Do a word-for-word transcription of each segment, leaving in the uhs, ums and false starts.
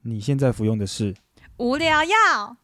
你现在服用的是无聊药。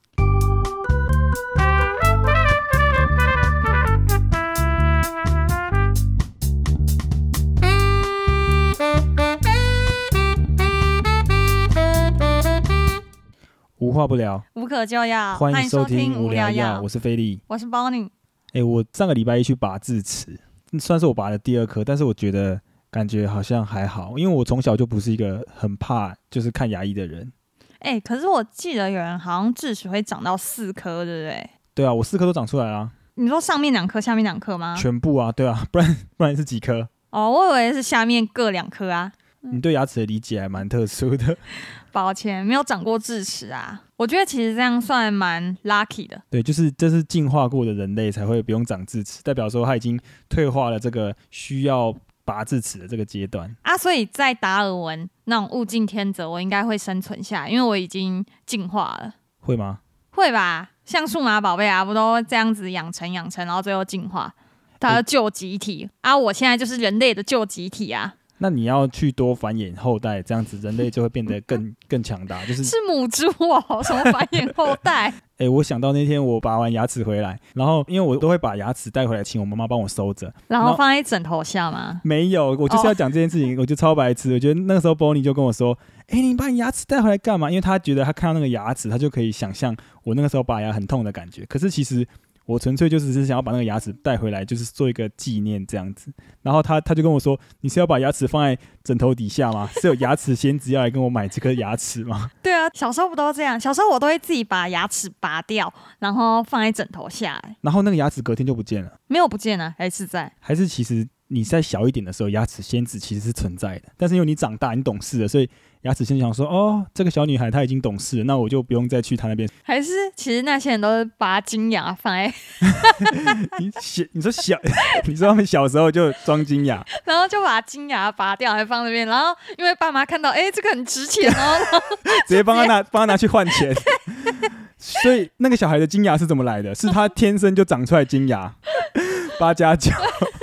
无话不聊， 无可救药。 欢迎收听无无聊药。 药，我是菲力， 我是 Bonnie。 欸，我上个礼拜一去拔智齿，算是我拔的第二颗，但是我觉得感觉好像还好，因为我从小就不是一个很怕就是看牙医的人。 哎、欸，可是我记得有人好像智齿会长到四颗，对不对？ 对啊，我四颗都长出来了。 你说上面两颗，下面两颗吗？ 全部啊，对啊，不然不然是几颗？ 哦，我以为是下面各两颗啊。 你对牙齿的理解还蛮特殊的。 抱歉，没有长过智齿啊。我觉得其实这样算蛮 lucky 的。 对，就是这是进化过的人类才会不用长智齿，代表说他已经退化了这个需要拔智齿的这个阶段啊。所以在达尔文那种物竞天择，我应该会生存下来，因为我已经进化了。 会吗？ 会吧，像数码宝贝啊，不都这样子养成养成，然后最后进化，它的救集体、欸、啊。我现在就是人类的救集体啊。 那你要去多繁衍后代，这样子人类就会变得更更强大。就是是母猪哦，什么繁衍后代？ 哎、欸，我想到那天我拔完牙齿回来，然后因为我都会把牙齿带回来，请我妈妈帮我收着， 然后放在枕头下吗？ 没有，我就是要讲这件事情， oh. 我就超白痴。我觉得那个时候 Bonnie 就跟我说：“哎、欸，你把你牙齿带回来干嘛？”因为他觉得他看到那个牙齿，他就可以想象我那个时候拔牙很痛的感觉。可是其实我纯粹就只是想要把那个牙齿带回来，就是做一个纪念这样子。然后他他就跟我说：“你是要把牙齿放在枕头底下吗？是有牙齿仙子要来跟我买这颗牙齿吗？” 对啊，小时候不都这样？小时候我都会自己把牙齿拔掉，然后放在枕头下。 然后那个牙齿隔天就不见了？ 没有不见啊，还是在？ 还是其实你在小一点的时候，牙齿仙子其实是存在的，但是因为你长大，你懂事了，所以牙齿仙子想说：“哦，这个小女孩她已经懂事了，那我就不用再去她那边。” 还是其实那些人都是把金牙放在你你说小，你说他们小时候就装金牙， 然后就把金牙拔掉，还放那边，然后因为爸妈看到，哎、欸，这个很值钱哦， 直接帮他拿，帮他拿去换钱。所以那个小孩的金牙是怎么来的？是他天生就长出来金牙，八加九。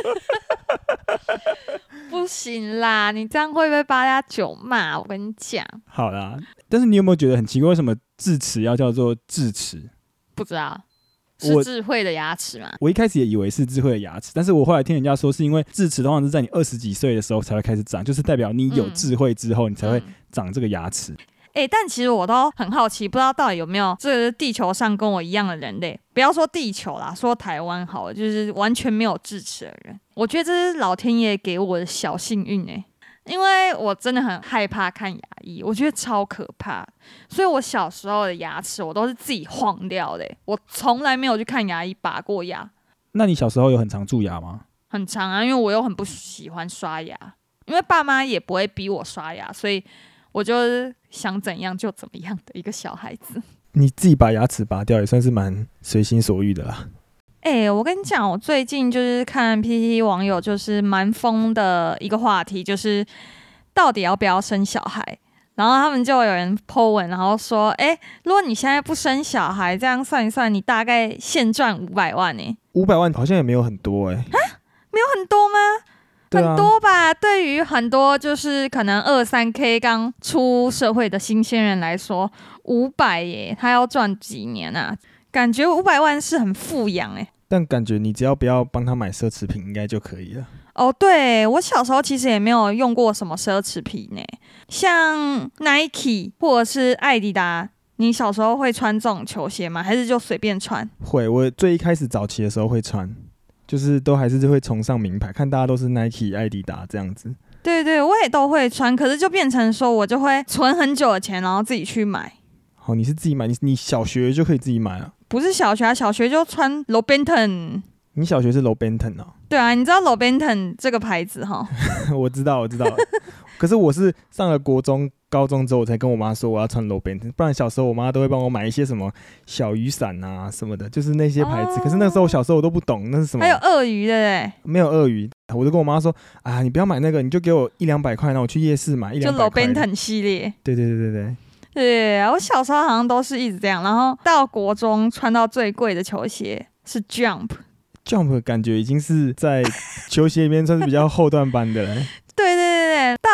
不行啦，你这样会被八加九骂。我跟你讲。 好啦，但是你有没有觉得很奇怪，为什么智齿要叫做智齿？ 不知道。是智慧的牙齿吗？ 我一开始也以为是智慧的牙齿，但是我后来听人家说，是因为智齿通常是在你二十几岁的时候才会开始长，就是代表你有智慧之后，你才会长这个牙齿。 欸，但其实我都很好奇，不知道到底有没有这个地球上跟我一样的人类，不要说地球啦，说台湾好了，就是完全没有智齿的人。我觉得这是老天爷给我的小幸运欸，因为我真的很害怕看牙医，我觉得超可怕，所以我小时候的牙齿我都是自己晃掉的欸，我从来没有去看牙医拔过牙。 那你小时候有很常蛀牙吗？ 很常啊，因为我又很不喜欢刷牙，因为爸妈也不会逼我刷牙，所以我就是想怎样就怎么样的一个小孩子。 你自己把牙齿拔掉也算是蛮随心所欲的啦。 哎、欸，我跟你讲，我最近就是看 P T T 网友就是蛮疯的一个话题，就是到底要不要生小孩。然后他们就有人 po 文，然后说，哎、欸，如果你现在不生小孩，这样算一算，你大概现赚五百万呢、欸。 五百万好像也没有很多哎、欸。 啊，没有很多吗？ 对啊、 很多吧，对于很多就是可能二三 K 刚出社会的新鲜人来说，五百耶，他要赚几年啊？感觉五百万是很富养哎。 但感觉你只要不要帮他买奢侈品，应该就可以了。 哦，对，我小时候其实也没有用过什么奢侈品呢，像 Nike 或者是艾迪达。你小时候会穿这种球鞋吗？还是就随便穿？ 会，我最一开始早期的时候会穿。就是都还是会崇尚名牌，看大家都是 Nike、艾迪达这样子。 对对，我也都会穿，可是就变成说我就会存很久的钱，然后自己去买。 哦，你是自己买？你你小学就可以自己买啊？ 不是小学啊，小学就穿 Low Benton。 你小学是 Low Benton 哦？ 对啊，你知道 Low Benton 这个牌子哈？ 我知道，我知道。可是我是上了国中、高中之后，我才跟我妈说我要穿 Low Benton， 不然小时候我妈都会帮我买一些什么小雨伞啊什么的，就是那些牌子。哦、可是那时候小时候我都不懂那是什么。 还有鳄鱼的嘞？ 没有鳄鱼，我就跟我妈说啊，你不要买那个，你就给我一两百块，然后我去夜市买一两百块。 就 Low Benton 系列。 对对对对对。 对，我小时候好像都是一直这样，然后到国中穿到最贵的球鞋是 Jump。Jump 感觉已经是在球鞋里面算是比较后段班的了。 对对对对，到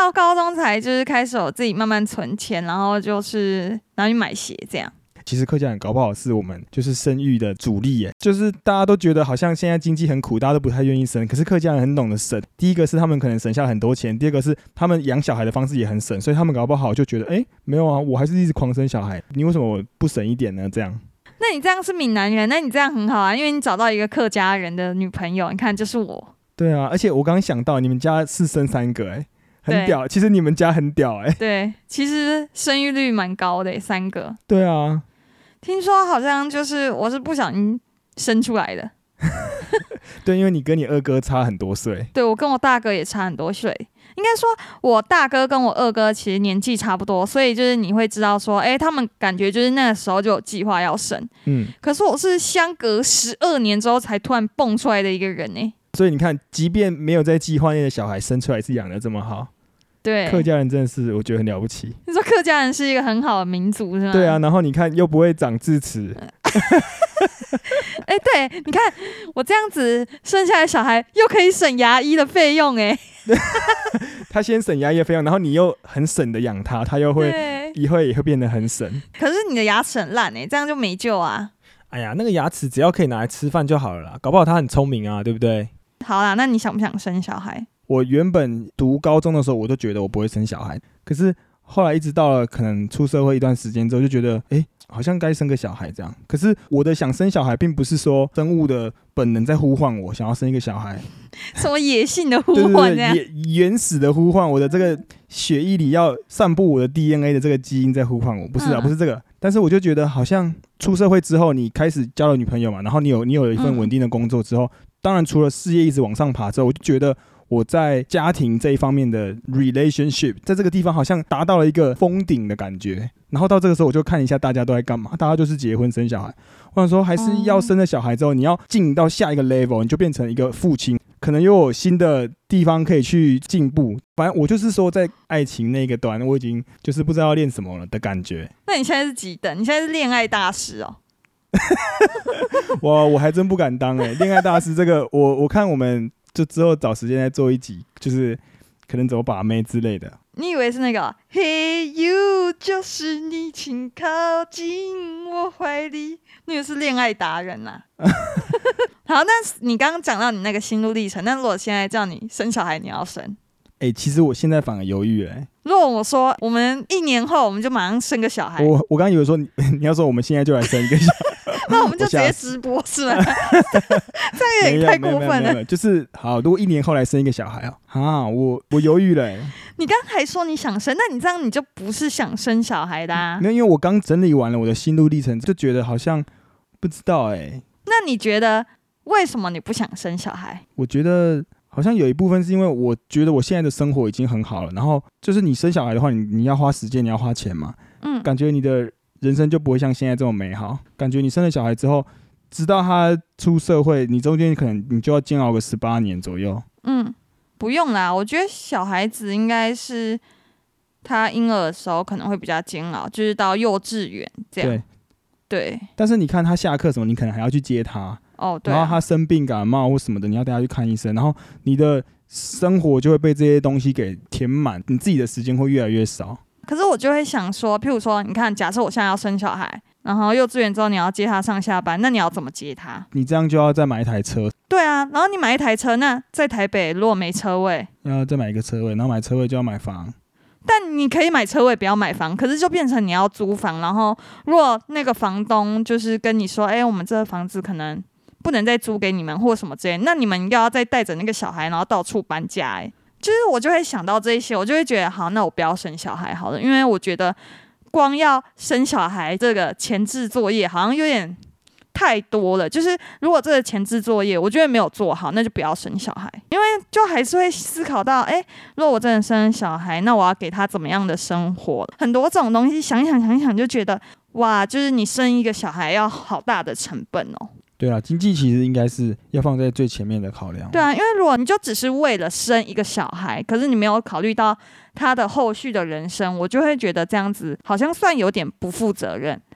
到高中才就是开始有自己慢慢存钱，然后就是拿去买鞋这样。 其实客家人搞不好是我们就是生育的主力耶，就是大家都觉得好像现在经济很苦，大家都不太愿意生，可是客家人很懂得省。第一个是他们可能省下很多钱，第二个是他们养小孩的方式也很省，所以他们搞不好就觉得，哎，没有啊，我还是一直狂生小孩，你为什么不省一点呢？这样。 那你这样是闽南人，那你这样很好啊，因为你找到一个客家人的女朋友，你看就是我。 对啊，而且我刚刚想到你们家是生三个，哎，很屌。其实你们家很屌，哎。 对，其实生育率蛮高的，三个。 对啊。 听说好像就是我是不小心生出来的。 对，因为你跟你二哥差很多岁。 对，我跟我大哥也差很多岁。应该说我大哥跟我二哥其实年纪差不多，所以就是你会知道说，哎，他们感觉就是那个时候就有计划要生。嗯。可是我是相隔十二年之后才突然蹦出来的一个人呢。 所以你看，即便没有在计划内的小孩生出来，是养得这么好。 对，客家人真的是我觉得很了不起。 你说客家人是一个很好的民族是吗？ 对啊，然后你看又不会长智齿。 哎，对，你看我这样子生下来小孩又可以省牙医的费用哎。 他先省牙医的费用，然后你又很省的养他，他又会以后也会变得很省。 可是你的牙齿很烂哎，这样就没救啊。 哎呀，那个牙齿只要可以拿来吃饭就好了啦，搞不好他很聪明啊，对不对？ 好啦，那你想不想生小孩？ 我原本读高中的时候，我都觉得我不会生小孩，可是后来一直到了可能出社会一段时间之后，就觉得哎，好像该生个小孩这样。可是我的想生小孩，并不是说生物的本能在呼唤我想要生一个小孩， 什么野性的呼唤这样？ 对对对，原始的呼唤，我的这个血液里要散布我的 D N A 的这个基因在呼唤我，不是啊，嗯、不是这个。但是我就觉得，好像出社会之后，你开始交了女朋友嘛，然后你有你有一份稳定的工作之后，嗯、当然除了事业一直往上爬之后，我就觉得。我在家庭这一方面的 relationship 在这个地方好像达到了一个封顶的感觉，然后到这个时候我就看一下大家都在干嘛，大家就是结婚生小孩。我想说还是要生了小孩之后，你要进到下一个 level， 你就变成一个父亲，可能又有新的地方可以去进步。反正我就是说在爱情那个段我已经就是不知道要练什么了的感觉。 那你现在是几等？你现在是恋爱大师哦。 我我还真不敢当哎、欸，恋爱大师这个我我看我们就之后找时间再做一集，就是可能怎么把妹之类的。 你以为是那个 Hey you 就是你，请靠近我怀里，那个是恋爱达人呐、啊。好，那你刚刚讲到你那个心路历程，那如果现在叫你生小孩，你要生？ 哎、欸，其实我现在反而犹豫了、欸。 如果我说我们一年后我们就马上生个小孩， 我我刚刚以为说 你, 你要说我们现在就来生一个小孩， 那我们就直接直播是吗？这样有点太过分了。 就是好，如果一年后来生一个小孩哦，啊，我我犹豫了、欸。 你刚才说你想生，那你这样你就不是想生小孩的啊？ 没有，因为我刚整理完了我的心路历程，就觉得好像不知道哎、欸。 那你觉得为什么你不想生小孩？ 我觉得。好像有一部分是因为我觉得我现在的生活已经很好了，然后就是你生小孩的话，你你要花时间，你要花钱嘛，嗯，感觉你的人生就不会像现在这么美好。感觉你生了小孩之后，直到他出社会，你中间可能你就要煎熬个十八年左右。 嗯，不用啦，我觉得小孩子应该是他婴儿的时候可能会比较煎熬，就是到幼稚园这样。对，对。 但是你看他下课什么，你可能还要去接他。 哦，对啊、 然后他生病感冒或什么的，你要带他去看医生，然后你的生活就会被这些东西给填满，你自己的时间会越来越少。 可是我就会想说，譬如说，你看，假设我现在要生小孩，然后幼稚园之后你要接他上下班，那你要怎么接他？ 你这样就要再买一台车。 对啊，然后你买一台车，那在台北如果没车位， 要再买一个车位，然后买车位就要买房。 但你可以买车位，不要买房，可是就变成你要租房，然后如果那个房东就是跟你说，哎、欸，我们这个房子可能不能再租给你们或什么之类的，那你们又要再带着那个小孩然后到处搬家、欸、就是我就会想到这一些，我就会觉得好，那我不要生小孩好了，因为我觉得光要生小孩这个前置作业好像有点太多了，就是如果这个前置作业我觉得没有做好，那就不要生小孩，因为就还是会思考到，哎、欸，如果我真的生小孩，那我要给他怎么样的生活，很多这种东西想一想想一想就觉得哇，就是你生一个小孩要好大的成本哦。 对啊，经济其实应该是要放在最前面的考量。 对啊，因为如果你就只是为了生一个小孩，可是你没有考虑到他的后续的人生，我就会觉得这样子好像算有点不负责任。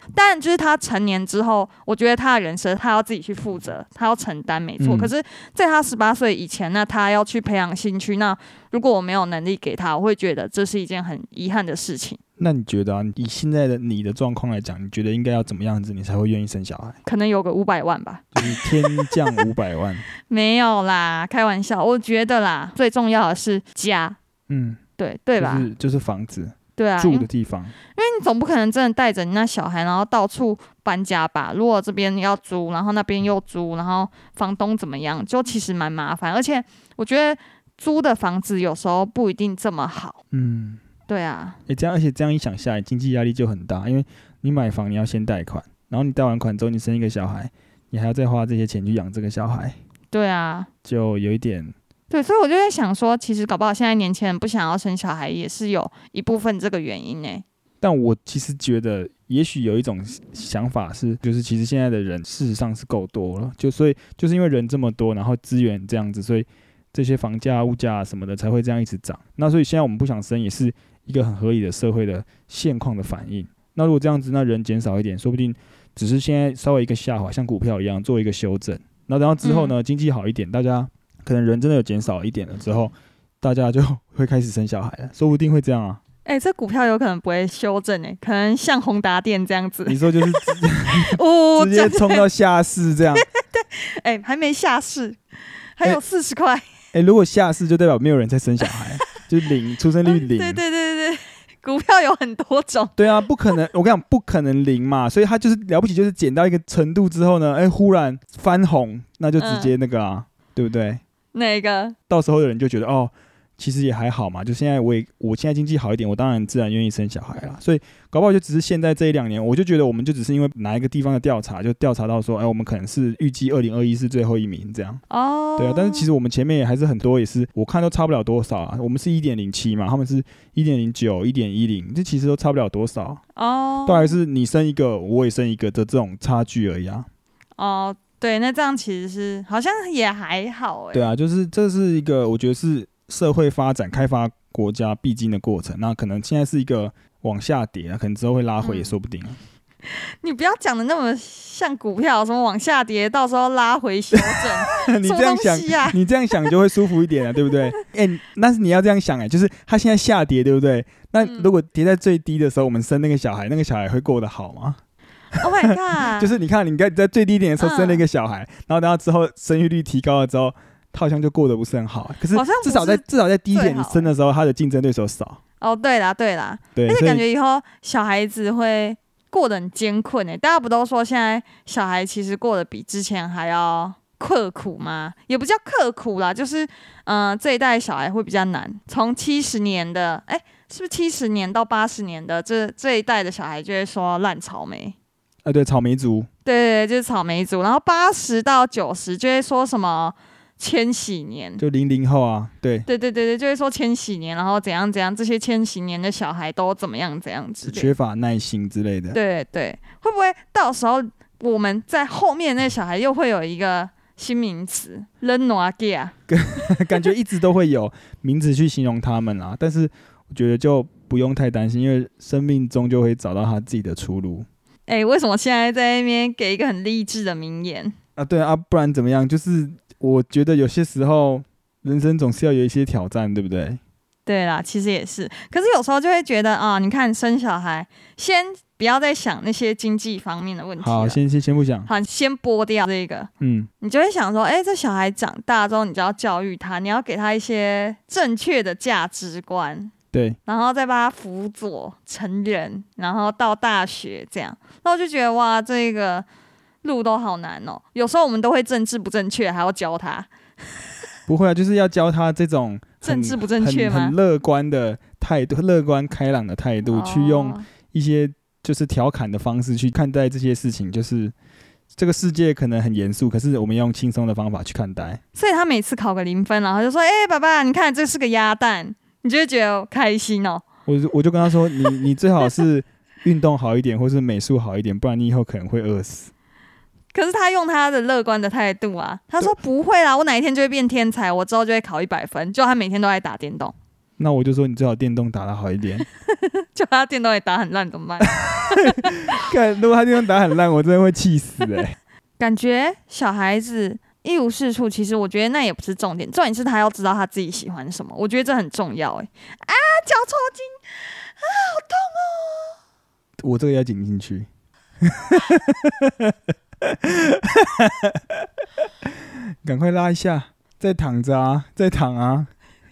但就是他成年之后，我觉得他的人生他要自己去负责，他要承担，没错。 嗯、 可是在他十八岁以前，那他要去培养兴趣，那如果我没有能力给他，我会觉得这是一件很遗憾的事情。 那你觉得啊，以现在的你的状况来讲，你觉得应该要怎么样子，你才会愿意生小孩？ 可能有个五百万吧， 就是天降五百万？ 没有啦，开玩笑。我觉得啦，最重要的是家， 嗯， 对对吧？ 就是就是房子， 对啊， 住的地方。 因为你总不可能真的带着你那小孩，然后到处搬家吧？如果这边要租，然后那边又租，然后房东怎么样，就其实蛮麻烦。而且我觉得租的房子有时候不一定这么好。 嗯。 对啊， 欸、这样而且这样一想下来，经济压力就很大，因为你买房你要先贷款，然后你贷完款之后，你生一个小孩，你还要再花这些钱去养这个小孩。 对啊， 就有一点。 对，所以我就在想说，其实搞不好现在年轻人不想要生小孩，也是有一部分这个原因呢。 但我其实觉得，也许有一种想法是，就是其实现在的人事实上是够多了，就所以就是因为人这么多，然后资源这样子，所以这些房价、物价什么的才会这样一直涨。那所以现在我们不想生，也是一个很合理的社会的现况的反应。那如果这样子，那人减少一点，说不定只是现在稍微一个下滑，像股票一样做一个修正。那然后之后呢，经济好一点，大家可能人真的有减少一点了之后，大家就会开始生小孩了，说不定会这样啊。 哎、欸，这股票有可能不会修正哎、欸，可能像宏达电这样子。 你说就是直接哦， 直接冲到下市这样？ 对，哎、欸，还没下市，还有四十块。 哎、欸，如果下市就代表没有人在生小孩，就零出生率零。 对对对对对，股票有很多种。 对啊，不可能，我跟你讲，不可能零嘛，所以他就是了不起，就是减到一个程度之后呢，哎、欸，忽然翻红，那就直接那个啊，嗯、对不对？ 哪个？ 到时候的人就觉得哦。其实也还好嘛，就现在我也我现在经济好一点，我当然自然愿意生小孩啦。所以搞不好就只是现在这一两年，我就觉得我们就只是因为哪一个地方的调查，就调查到说，哎，我们可能是预计二零二一是最后一名这样。 哦， 对啊，但是其实我们前面也还是很多，也是我看都差不了多少啊。我们是一点零七嘛，他们是一点零九、一点一零，这其实都差不了多少。 哦， 都还是你生一个，我也生一个的这种差距而已啊。 哦，对，那这样其实是好像也还好哎。 对啊，就是这是一个我觉得是社会发展开发国家必经的过程，那可能现在是一个往下跌，可能之后会拉回也说不定、啊嗯、你不要讲的那么像股票，什么往下跌，到时候拉回修正， 你这样想， 啊、 你这样想就会舒服一点了、啊，对不对？哎、欸，但是你要这样想哎、欸，就是它现在下跌，对不对？那如果跌在最低的时候，我们生那个小孩，那个小孩会过得好吗 ？Oh my god！ 就是你看，你在最低点的时候生了一个小孩，嗯、然后等到之后生育率提高了之后。他好像就过得不是很好，可是至少在至少在第一点你生的时候，他的竞争对手少。 哦，对啦对啦，对，而且感觉以后小孩子会过得很艰困诶。大家不都说现在小孩其实过得比之前还要刻苦吗？也不叫刻苦啦，就是嗯、呃，这一代小孩会比较难。从七十年的，哎、欸，是不是七十年到八十年的这这一代的小孩就会说烂草莓？ 啊，对，草莓族。 对对对，就是草莓族。然后八十到九十就会说什么？千禧年就零零后啊，对对对对对，就会说千禧年，然后怎样怎样，这些千禧年的小孩都怎么样怎样之类的， 缺乏耐心之类的。 对对，会不会到时候我们在后面那小孩又会有一个新名词 ，len noa gia， 感觉一直都会有名字去形容他们啊，但是我觉得就不用太担心，因为生命终究会找到他自己的出路。 哎、欸，为什么现在在那边给一个很励志的名言啊？对啊，不然怎么样？就是。我觉得有些时候人生总是要有一些挑战，对不对？ 对啦，其实也是。可是有时候就会觉得啊，你看生小孩，先不要再想那些经济方面的问题。 好，先先先不想。 好，先拨掉这个。 嗯， 你就会想说，哎、欸，这小孩长大之后，你就要教育他，你要给他一些正确的价值观。 对， 然后再把他辅佐成人，然后到大学这样。那我就觉得哇，这个。路都好难哦，有时候我们都会政治不正确，还要教他。 不会啊，就是要教他这种政治不正确吗？ 很乐观的态度，乐观开朗的态度、哦，去用一些就是调侃的方式去看待这些事情。就是这个世界可能很严肃，可是我们用轻松的方法去看待。 所以他每次考个零分，然后就说：“哎、欸，爸爸，你看这是个鸭蛋。”你就会觉得开心哦。 我我就跟他说：“你你最好是运动好一点，或是美术好一点，不然你以后可能会饿死。” 可是他用他的乐观的态度啊，他说不会啦，我哪一天就会变天才，我之后就会考一百分。就他每天都在打电动。 那我就说你最好电动打得好一点。 就他电动也打很烂怎么办？ 看，如果他电动打很烂，我真的会气死哎、欸。 感觉小孩子一无是处，其实我觉得那也不是重点，重点是他要知道他自己喜欢什么，我觉得这很重要哎、欸。啊，脚抽筋啊，好痛哦！ 我这个要剪进去。赶快拉一下，再躺着啊，再躺啊。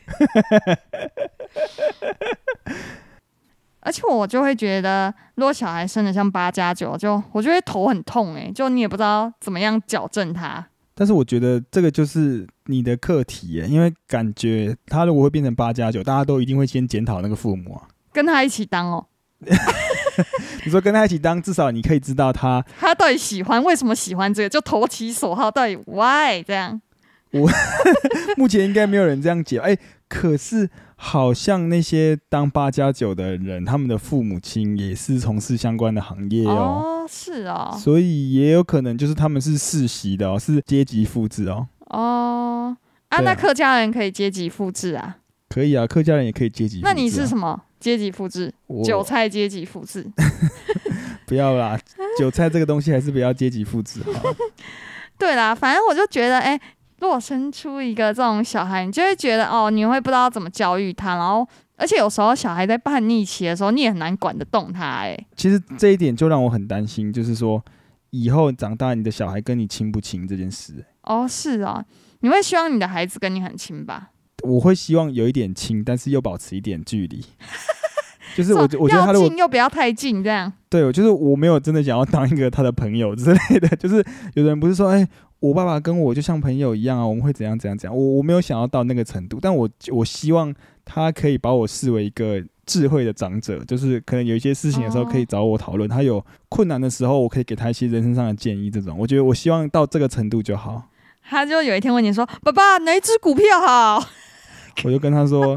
而且我就会觉得，如果小孩生的像八加九，就我就会头很痛哎、欸，就你也不知道怎么样矫正他。 但是我觉得这个就是你的课题耶，因为感觉他如果会变成八加九，大家都一定会先检讨那个父母啊， 跟他一起当哦。 你说跟他一起当，至少你可以知道他他到底喜欢为什么喜欢这个，就投其所好，到底 why 这样。 我目前应该没有人这样解，哎、欸，可是好像那些当八加九的人，他们的父母亲也是从事相关的行业哦。 哦，是哦。 所以也有可能就是他们是世袭的哦，是阶级复制哦。 哦，啊， 啊那客家人可以阶级复制啊？ 可以啊，客家人也可以阶级复制、啊。 那你是什么阶级复制？韭菜阶级复制？ 不要啦，韭菜这个东西还是不要阶级复制好。 对啦，反正我就觉得，哎、欸。如果生出一个这种小孩，你就会觉得哦，你会不知道怎么教育他，然后而且有时候小孩在叛逆期的时候，你也很难管得动他。哎， 其实这一点就让我很担心，就是说以后长大，你的小孩跟你亲不亲这件事。 哦，是啊，你会希望你的孩子跟你很亲吧？ 我会希望有一点亲，但是又保持一点距离。就是我我觉得他如果要近又不要太近，这样。 对，就是我没有真的想要当一个他的朋友之类的。就是有的人不是说，哎、欸。我爸爸跟我就像朋友一样啊，我们会怎样怎样怎样。我我没有想要到那个程度，但我我希望他可以把我视为一个智慧的长者，就是可能有一些事情的时候可以找我讨论，他有困难的时候，我可以给他一些人生上的建议。这种，我觉得我希望到这个程度就好。 他就有一天问你说：“爸爸，哪一支股票好？” 我就跟他说。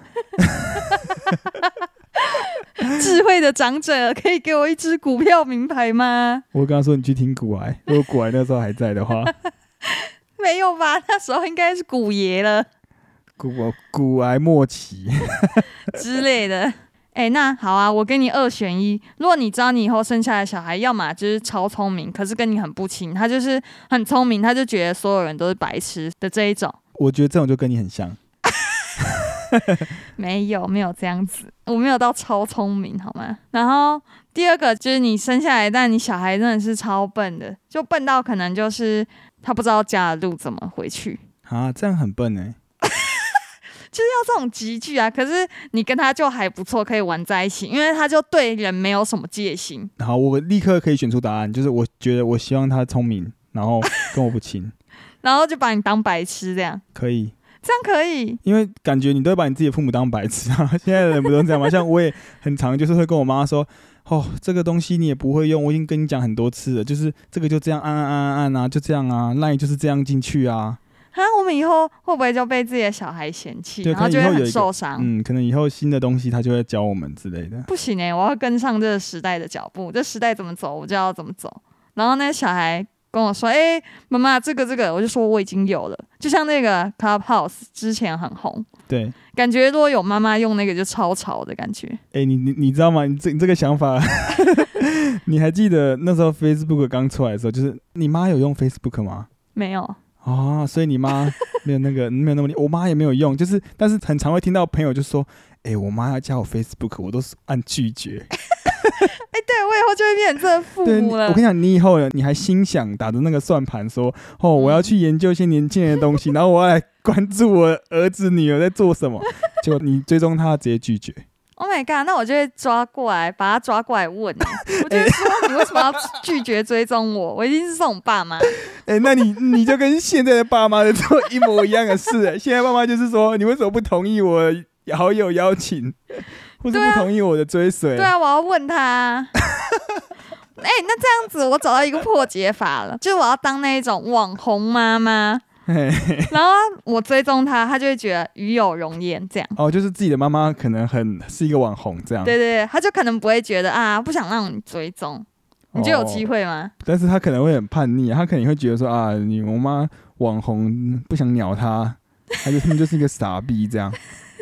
智慧的长者可以给我一支股票名牌吗？ 我跟他说你去听股癌，如果股癌那时候还在的话。 没有吧，那时候应该是股爷了， 股股癌末期之类的。哎、欸，那好啊，我给你二选一。如果你知道你以后生下来的小孩，要么就是超聪明，可是跟你很不亲，他就是很聪明，他就觉得所有人都是白痴的这一种。 我觉得这种就跟你很像。 没有没有这样子，我没有到超聪明好吗？然后第二个就是你生下来，但你小孩真的是超笨的，就笨到可能就是他不知道家的路怎么回去啊，这样很笨哎。 就是要这种集聚啊，可是你跟他就还不错，可以玩在一起，因为他就对人没有什么戒心。 好，我立刻可以选出答案，就是我觉得我希望他聪明，然后跟我不亲。 然后就把你当白痴这样。 可以。 这样可以， 因为感觉你都会把你自己的父母当白痴啊。现在的人不都这样吗？像我也很常就是会跟我妈说，哦，这个东西你也不会用，我已经跟你讲很多次了，就是这个就这样按按按按啊，就这样啊，LINE就是这样进去啊。 啊，我们以后会不会就被自己的小孩嫌弃，然后就会很受伤？ 嗯，可能以后新的东西他就会教我们之类的。 不行欸，我要跟上这个时代的脚步，这时代怎么走，我就要怎么走。然后那小孩跟我说：“哎、欸，妈妈，这个这个。”我就说我已经有了，就像那个 Clubhouse 之前很红， 对， 感觉如果有妈妈用那个就超潮的感觉。 哎、欸，你你你知道吗？你这你这个想法，你还记得那时候 Facebook 刚出来的时候，就是你妈有用 Facebook 吗？ 没有。 哦，所以你妈没有那个没有那么，我妈也没有用，就是但是很常会听到朋友就说：“哎、欸，我妈要加我 Facebook， 我都是按拒绝。” 哎、欸，对，我以后就会变成这个父母了。 我跟你讲，你以后呢，你还心想打着那个算盘说：“哦，我要去研究一些年轻人的东西，然后我要来关注我儿子女儿在做什么。”结果你追踪他，直接拒绝。 Oh my god！ 那我就会抓过来，把他抓过来问，我就会说：“你为什么要拒绝追踪我？我一定是这种爸妈。” 哎、欸，那你你就跟现在的爸妈在做一模一样的事、欸。现在爸妈就是说：“你为什么不同意我好友邀请，或是不同意我的追随？” 对啊，我要问他。哎、欸，那这样子我找到一个破解法了，就是我要当那一种网红妈妈。然后我追踪他，他就会觉得与有荣焉这样。 哦，就是自己的妈妈可能很是一个网红这样。 对对对，他就可能不会觉得啊，不想让你追踪，你就有机会吗？ 哦、但是他可能会很叛逆，他可能会觉得说啊，你我妈网红不想鸟他，他就他们就是一个傻逼这样。 你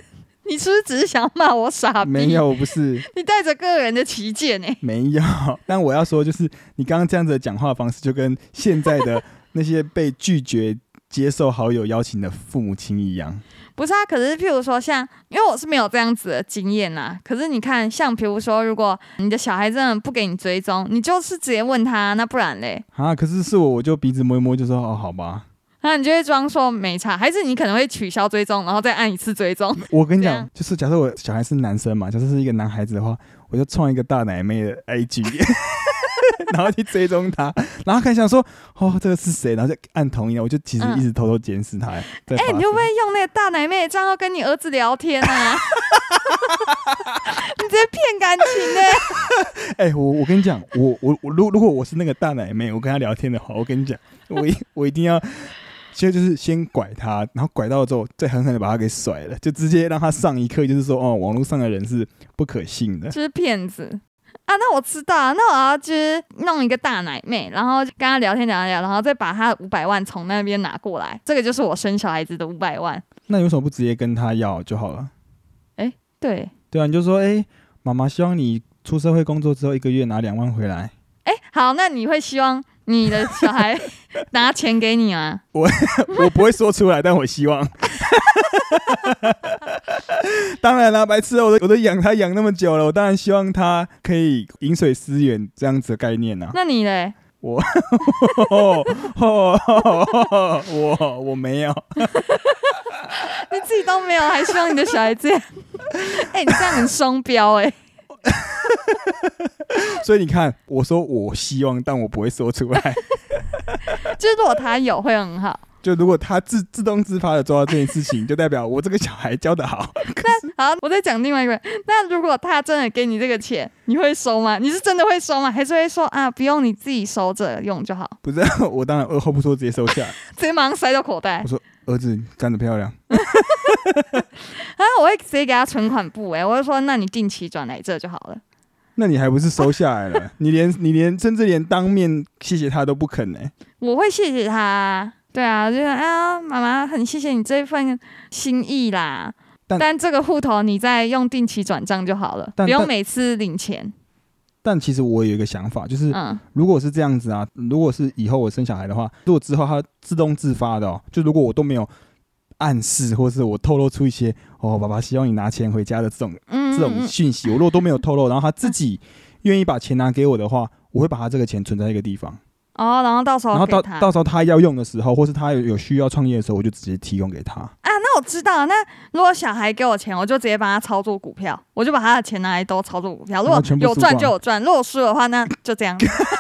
你是不是只是想骂我傻逼？ 没有，我不是。 你带着个人的旗舰哎。 没有，但我要说就是你刚刚这样子的讲话方式，就跟现在的那些被拒绝接受好友邀请的父母亲一样。 不是啊，可是譬如说像，因为我是没有这样子的经验啦。可是你看，像比如说，如果你的小孩真的不给你追踪，你就是直接问他，那不然嘞？ 啊，可是是我，我就鼻子摸一摸就说哦，好吧。 那你就会装说没差，还是你可能会取消追踪，然后再按一次追踪？ 我跟你讲，就是假设我小孩是男生嘛，假设是一个男孩子的话，我就创一个大奶妹的 I G。然后去追踪他，然后看想说，哦，这个是谁？然后就按同意，我就其实一直偷偷监视他。哎、 嗯欸，你会不会用那个大奶妹的账号跟你儿子聊天啊？你直接骗感情呢、欸？ 哎、欸，我我跟你讲，我我我如如果我是那个大奶妹，我跟他聊天的话，我跟你讲，我一我一定要。其实就是先拐他，然后拐到之后再狠狠的把他给甩了，就直接让他上一课，就是说哦，网络上的人是不可信的， 就是骗子。啊，那我知道啊，那我要就是弄一个大奶妹，然后跟他聊天聊聊，然后再把他五百万从那边拿过来，这个就是我生小孩子的五百万。 那你为什么不直接跟他要就好了？ 哎、欸，对， 对啊，你就说，哎、欸，妈妈希望你出社会工作之后一个月拿两万回来。 哎、欸，好，那你会希望你的小孩拿钱给你吗？ 我我不会说出来，但我希望。当然啦，白痴哦，我都我都养他养那么久了，我当然希望他可以饮水思源这样子的概念啊。 那你嘞？ 我哦哦哦我我没有。 你自己都没有，还希望你的小孩这样？哎、欸，你这样很双标哎。 所以你看，我说我希望，但我不会说出来。 就是如果他有，会很好。 就如果他自自动自发的做到这件事情，就代表我这个小孩教得好。 那好，我再讲另外一个。那如果他真的给你这个钱，你会收吗？你是真的会收吗？还是会说啊，不用，你自己收着用就好？ 不是，我当然二话不说直接收下， 直接马上塞到口袋。 我说儿子干得漂亮。 啊，我会直接给他存款簿哎、欸，我会说那你定期转来这就好了。 那你还不是收下来了？你连你连甚至连当面谢谢他都不肯呢、欸。 我会谢谢他。对啊，就是啊，妈妈很谢谢你这份心意啦。但, 但这个户头你再用定期转账就好了，不用每次领钱。 但其实我有一个想法，就是、嗯、如果是这样子啊，如果是以后我生小孩的话，如果之后他自动自发的哦，就如果我都没有暗示，或是我透露出一些哦，爸爸希望你拿钱回家的这种、嗯、这种讯息，我如果都没有透露，然后他自己愿意把钱拿给我的话，我会把他这个钱存在一个地方。 哦，然后到时候然后到到时候他要用的时候，或是他有有需要创业的时候，我就直接提供给他。 啊，那我知道，那如果小孩给我钱，我就直接帮他操作股票，我就把他的钱拿来都操作股票。如果有赚就有赚，如果输的话，那就这样。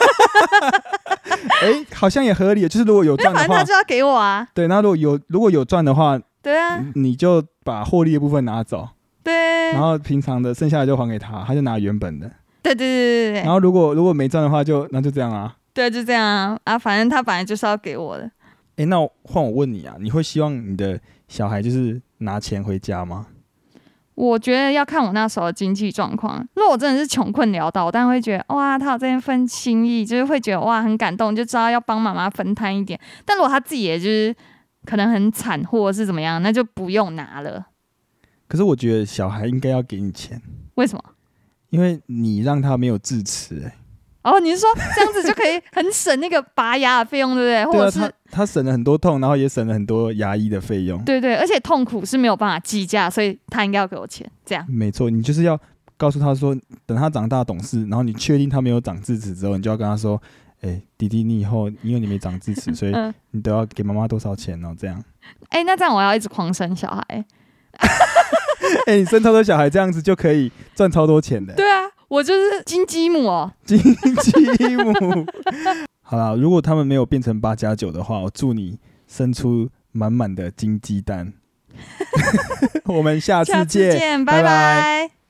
哎、欸，好像也合理，就是如果有赚的话， 反正他就要给我啊。 对，那如果有如果有赚的话， 对啊， 你就把获利的部分拿走， 对， 然后平常的剩下的就还给他，他就拿原本的。 对对对对对。 然后如果如果没赚的话就，就那就这样啊。 对，就这样啊啊！反正他本来就是要给我的。 哎、欸，那换我问你啊，你会希望你的小孩就是拿钱回家吗？ 我觉得要看我那时候的经济状况。如果我真的是穷困潦倒，我当然会觉得哇，他有这份心意，就是会觉得哇很感动，就知道要帮妈妈分摊一点。但如果他自己也就是可能很惨或者是怎么样，那就不用拿了。 可是我觉得小孩应该要给你钱。 为什么？ 因为你让他没有智齿、欸。 哦，你是说这样子就可以很省那个拔牙的费用，对不对？或者是对啊、他, 他省了很多痛，然后也省了很多牙医的费用。 对对，而且痛苦是没有办法计价，所以他应该要给我钱。这样没错，你就是要告诉他说，等他长大懂事，然后你确定他没有长智齿之后，你就要跟他说，哎、欸，弟弟，你以后因为你没长智齿，所以你都要给妈妈多少钱哦？这样。 哎、欸，那这样我要一直狂生小孩。 哎、欸，你生超多小孩，这样子就可以赚超多钱的。 对啊。我就是金鸡母哦， 金鸡母。好啦，如果他们没有变成八加九的话，我祝你生出满满的金鸡蛋。我们下次见， 下次见，拜拜。拜拜。